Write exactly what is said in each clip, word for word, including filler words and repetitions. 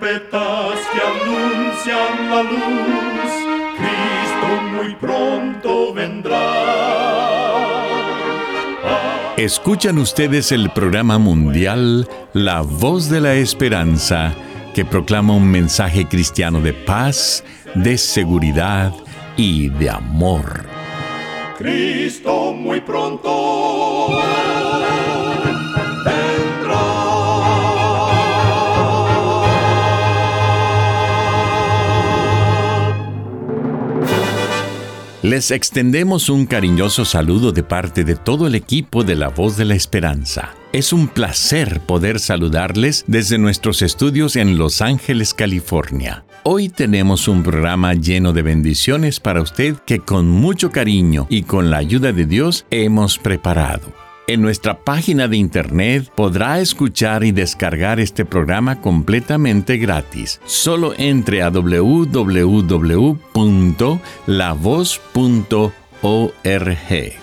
trompetas que anuncian la luz, Cristo muy pronto vendrá. Ah. Escuchan ustedes el programa mundial La Voz de la Esperanza, que proclama un mensaje cristiano de paz, de seguridad y de amor. Cristo muy pronto vendrá. Les extendemos un cariñoso saludo de parte de todo el equipo de La Voz de la Esperanza. Es un placer poder saludarles desde nuestros estudios en Los Ángeles, California. Hoy tenemos un programa lleno de bendiciones para usted que con mucho cariño y con la ayuda de Dios hemos preparado. En nuestra página de internet podrá escuchar y descargar este programa completamente gratis. Solo entre a doble u doble u doble u punto la voz punto org.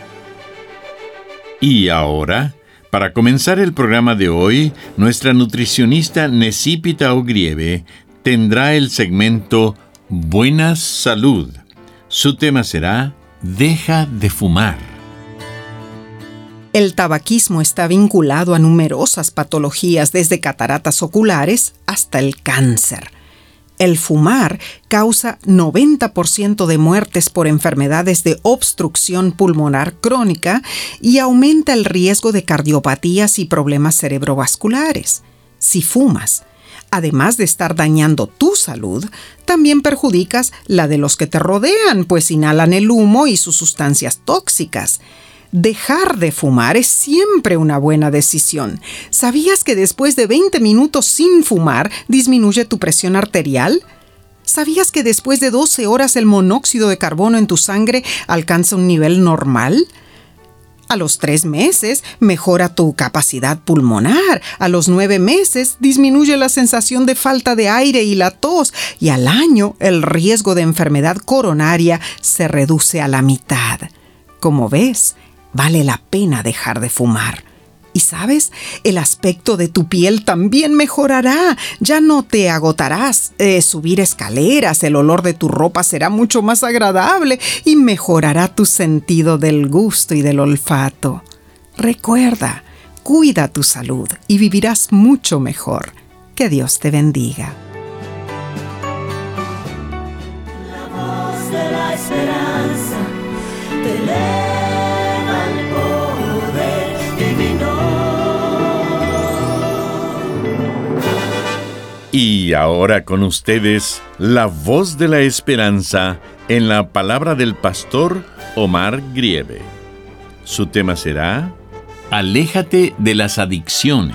Y ahora, para comenzar el programa de hoy, nuestra nutricionista Necipita Ogrieve tendrá el segmento Buena Salud. Su tema será Deja de fumar. El tabaquismo está vinculado a numerosas patologías, desde cataratas oculares hasta el cáncer. El fumar causa noventa por ciento de muertes por enfermedades de obstrucción pulmonar crónica y aumenta el riesgo de cardiopatías y problemas cerebrovasculares. Si fumas, además de estar dañando tu salud, también perjudicas la de los que te rodean, pues inhalan el humo y sus sustancias tóxicas. Dejar de fumar es siempre una buena decisión. ¿Sabías que después de veinte minutos sin fumar disminuye tu presión arterial? ¿Sabías que después de doce horas el monóxido de carbono en tu sangre alcanza un nivel normal? A los tres meses mejora tu capacidad pulmonar. A los nueve meses disminuye la sensación de falta de aire y la tos. Y al año el riesgo de enfermedad coronaria se reduce a la mitad. Como ves, vale la pena dejar de fumar. Y ¿sabes? El aspecto de tu piel también mejorará. Ya no te agotarás eh, subir escaleras, el olor de tu ropa será mucho más agradable y mejorará tu sentido del gusto y del olfato. Recuerda, cuida tu salud y vivirás mucho mejor. Que Dios te bendiga. La voz de la esperanza te eleva al poder divino. Y ahora con ustedes, la voz de la esperanza en la palabra del pastor Omar Grieve. Su tema será Aléjate de las adicciones.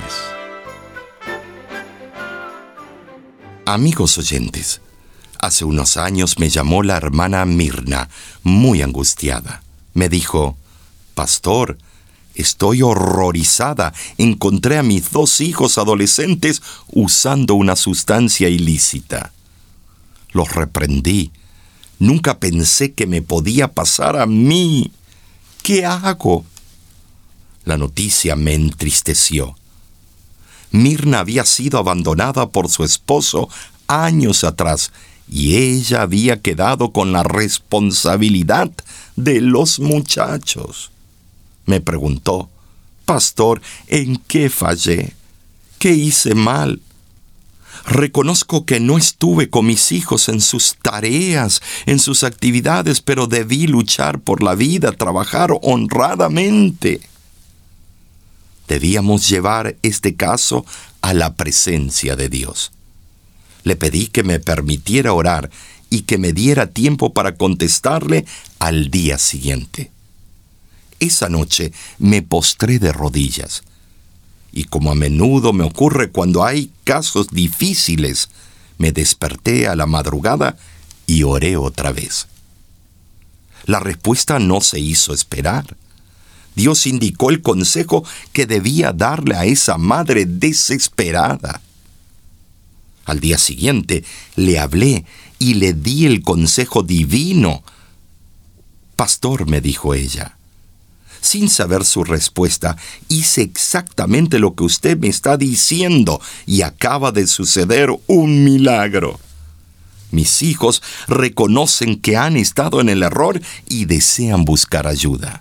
Amigos oyentes, hace unos años me llamó la hermana Mirna, muy angustiada. Me dijo, «Pastor, estoy horrorizada. Encontré a mis dos hijos adolescentes usando una sustancia ilícita». Los reprendí. Nunca pensé que me podía pasar a mí. ¿Qué hago? La noticia me entristeció. Mirna había sido abandonada por su esposo años atrás y ella había quedado con la responsabilidad de los muchachos. Me preguntó, «Pastor, ¿en qué fallé? ¿Qué hice mal?» Reconozco que no estuve con mis hijos en sus tareas, en sus actividades, pero debí luchar por la vida, trabajar honradamente. Debíamos llevar este caso a la presencia de Dios. Le pedí que me permitiera orar y que me diera tiempo para contestarle al día siguiente. Esa noche me postré de rodillas. Y como a menudo me ocurre cuando hay casos difíciles, me desperté a la madrugada y oré otra vez. La respuesta no se hizo esperar. Dios indicó el consejo que debía darle a esa madre desesperada. Al día siguiente le hablé y le di el consejo divino. «Pastor», me dijo ella, Sin saber su respuesta, hice exactamente lo que usted me está diciendo y acaba de suceder un milagro. Mis hijos reconocen que han estado en el error y desean buscar ayuda.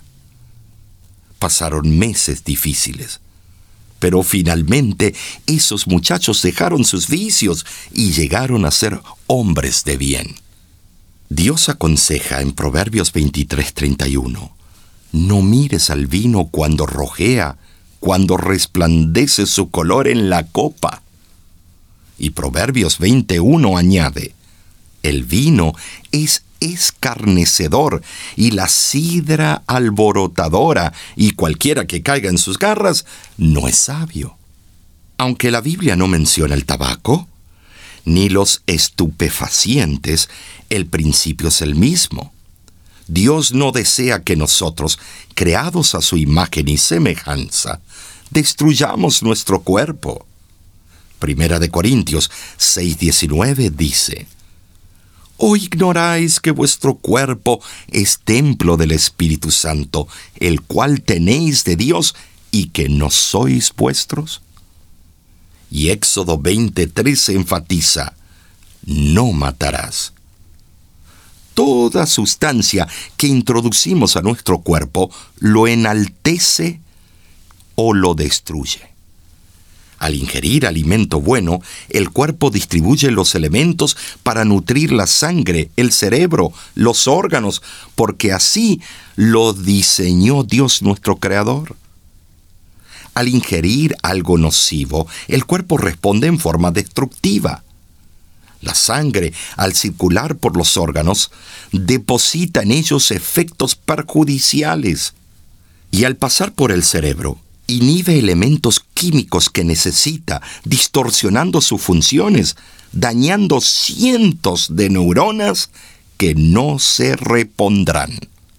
Pasaron meses difíciles, pero finalmente esos muchachos dejaron sus vicios y llegaron a ser hombres de bien. Dios aconseja en Proverbios veintitrés treinta y uno: no mires al vino cuando rojea, cuando resplandece su color en la copa. Y Proverbios veintiuno añade: el vino es escarnecedor y la sidra alborotadora, y cualquiera que caiga en sus garras no es sabio. Aunque la Biblia no menciona el tabaco, ni los estupefacientes, el principio es el mismo. Dios no desea que nosotros, creados a su imagen y semejanza, destruyamos nuestro cuerpo. Primera de Corintios seis diecinueve dice: ¿o ignoráis que vuestro cuerpo es templo del Espíritu Santo, el cual tenéis de Dios, y que no sois vuestros? Y Éxodo veintitrés enfatiza: no matarás. Toda sustancia que introducimos a nuestro cuerpo lo enaltece o lo destruye. Al ingerir alimento bueno, el cuerpo distribuye los elementos para nutrir la sangre, el cerebro, los órganos, porque así lo diseñó Dios nuestro Creador. Al ingerir algo nocivo, el cuerpo responde en forma destructiva. La sangre, al circular por los órganos, deposita en ellos efectos perjudiciales. Y al pasar por el cerebro, inhibe elementos químicos que necesita, distorsionando sus funciones, dañando cientos de neuronas que no se repondrán.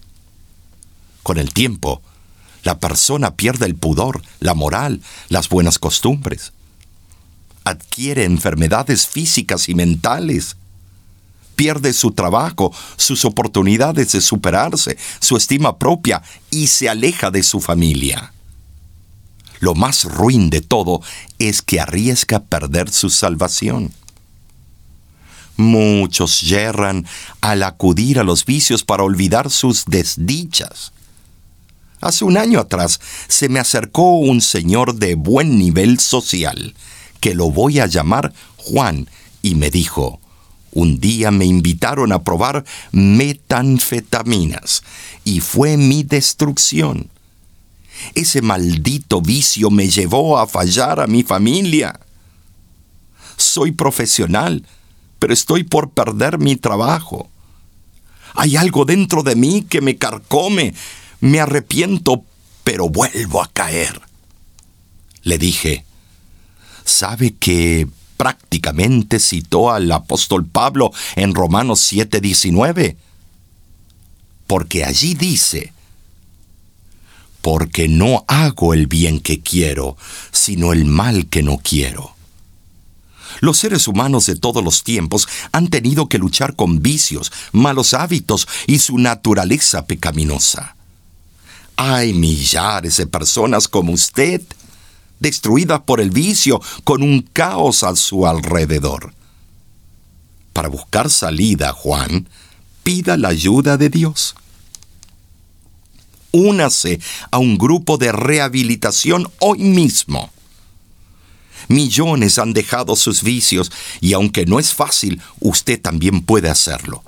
Con el tiempo, la persona pierde el pudor, la moral, las buenas costumbres. Adquiere enfermedades físicas y mentales. Pierde su trabajo, sus oportunidades de superarse, su estima propia y se aleja de su familia. Lo más ruin de todo es que arriesga perder su salvación. Muchos yerran al acudir a los vicios para olvidar sus desdichas. Hace un año atrás se me acercó un señor de buen nivel social, que lo voy a llamar Juan, y me dijo: un día me invitaron a probar metanfetaminas, y fue mi destrucción. Ese maldito vicio me llevó a fallar a mi familia. Soy profesional, pero estoy por perder mi trabajo. Hay algo dentro de mí que me carcome. Me arrepiento, pero vuelvo a caer. Le dije: ¿sabe que prácticamente citó al apóstol Pablo en Romanos siete diecinueve? Porque allí dice: porque no hago el bien que quiero, sino el mal que no quiero. Los seres humanos de todos los tiempos han tenido que luchar con vicios, malos hábitos y su naturaleza pecaminosa. Hay millares de personas como usted, destruidas por el vicio, con un caos a su alrededor. Para buscar salida, Juan, pida la ayuda de Dios. Únase a un grupo de rehabilitación hoy mismo. Millones han dejado sus vicios y aunque no es fácil, usted también puede hacerlo.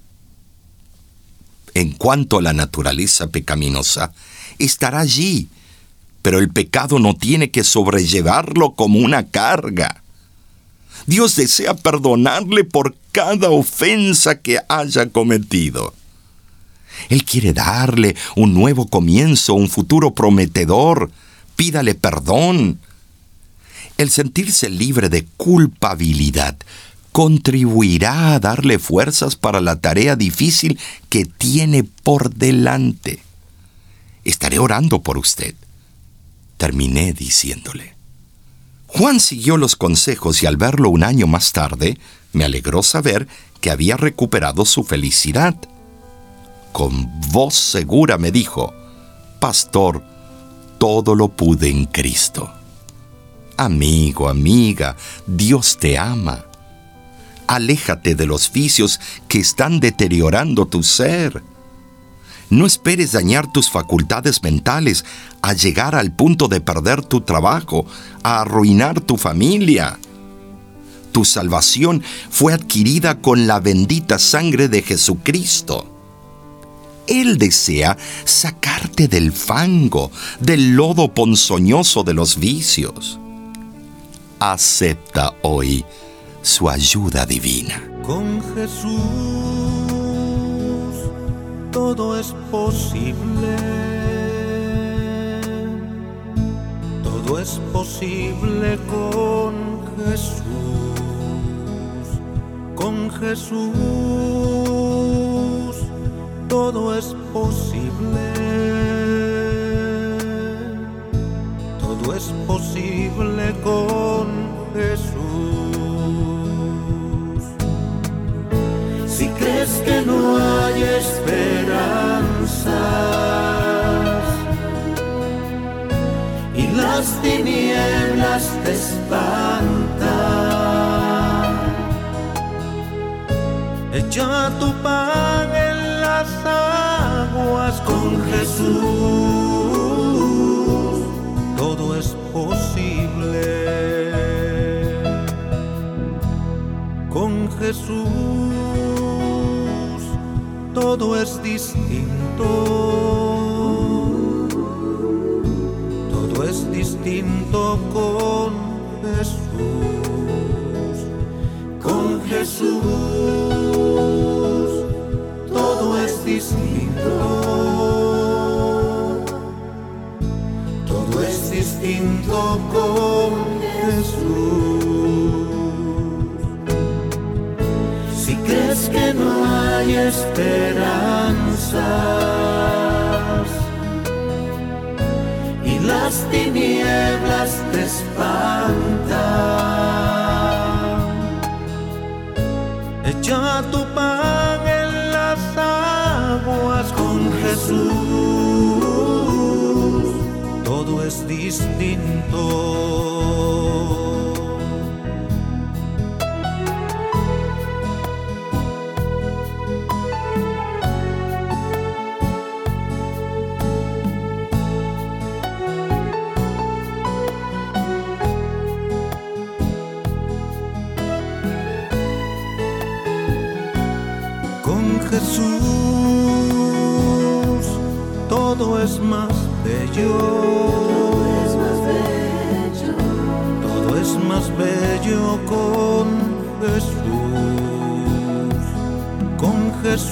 En cuanto a la naturaleza pecaminosa, estará allí, pero el pecado no tiene que sobrellevarlo como una carga. Dios desea perdonarle por cada ofensa que haya cometido. Él quiere darle un nuevo comienzo, un futuro prometedor. Pídale perdón. El sentirse libre de culpabilidad contribuirá a darle fuerzas para la tarea difícil que tiene por delante. Estaré orando por usted. Terminé diciéndole. Juan siguió los consejos y al verlo un año más tarde, me alegró saber que había recuperado su felicidad. Con voz segura me dijo: Pastor, todo lo pude en Cristo. Amigo, amiga, Dios te ama. Aléjate de los vicios que están deteriorando tu ser. No esperes dañar tus facultades mentales a llegar al punto de perder tu trabajo, a arruinar tu familia. Tu salvación fue adquirida con la bendita sangre de Jesucristo. Él desea sacarte del fango, del lodo ponzoñoso de los vicios. Acepta hoy su ayuda divina. Con Jesús todo es posible. Todo es posible con Jesús. Con Jesús todo es posible. Todo es posible con Jesús. Si crees que no hay esperanzas y las tinieblas te espantan, echa tu pan en las aguas. con Jesús Todo es posible. Con Jesús todo es distinto. Todo es distinto con Jesús. con Jesús todo es distinto. Todo es distinto con Jesús. Si crees que no hay esperanzas y las tinieblas te espantan, Echa tu pan en las aguas. con Jesús Todo es distinto. Con Jesús todo es más bello. Todo es más bello con Jesús. Con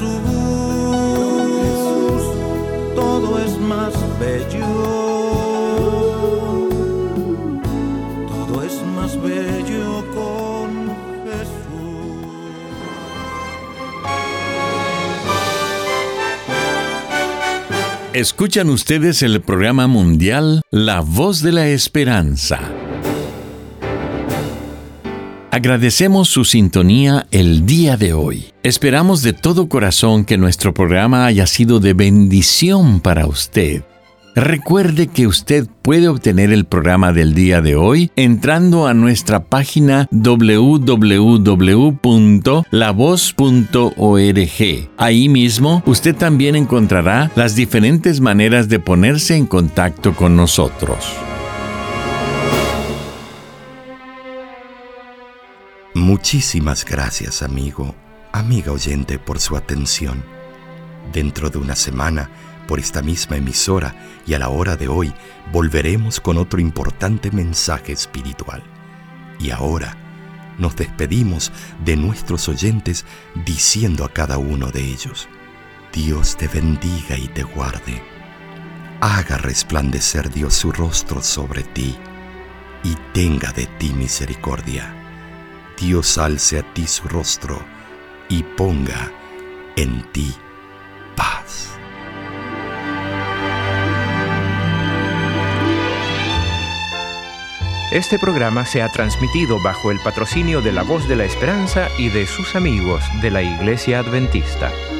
Jesús todo es más bello. Todo es más bello con Jesús. Escuchan ustedes el programa mundial La Voz de la Esperanza. Agradecemos su sintonía el día de hoy. Esperamos de todo corazón que nuestro programa haya sido de bendición para usted. Recuerde que usted puede obtener el programa del día de hoy entrando a nuestra página doble u doble u doble u punto la voz punto org. Ahí mismo usted también encontrará las diferentes maneras de ponerse en contacto con nosotros. Muchísimas gracias, amigo, amiga oyente, por su atención. Dentro de una semana, por esta misma emisora y a la hora de hoy, volveremos con otro importante mensaje espiritual. Y ahora nos despedimos de nuestros oyentes diciendo a cada uno de ellos: Dios te bendiga y te guarde. Haga resplandecer Dios su rostro sobre ti y tenga de ti misericordia. Dios alce a ti su rostro y ponga en ti paz. Este programa se ha transmitido bajo el patrocinio de La Voz de la Esperanza y de sus amigos de la Iglesia Adventista.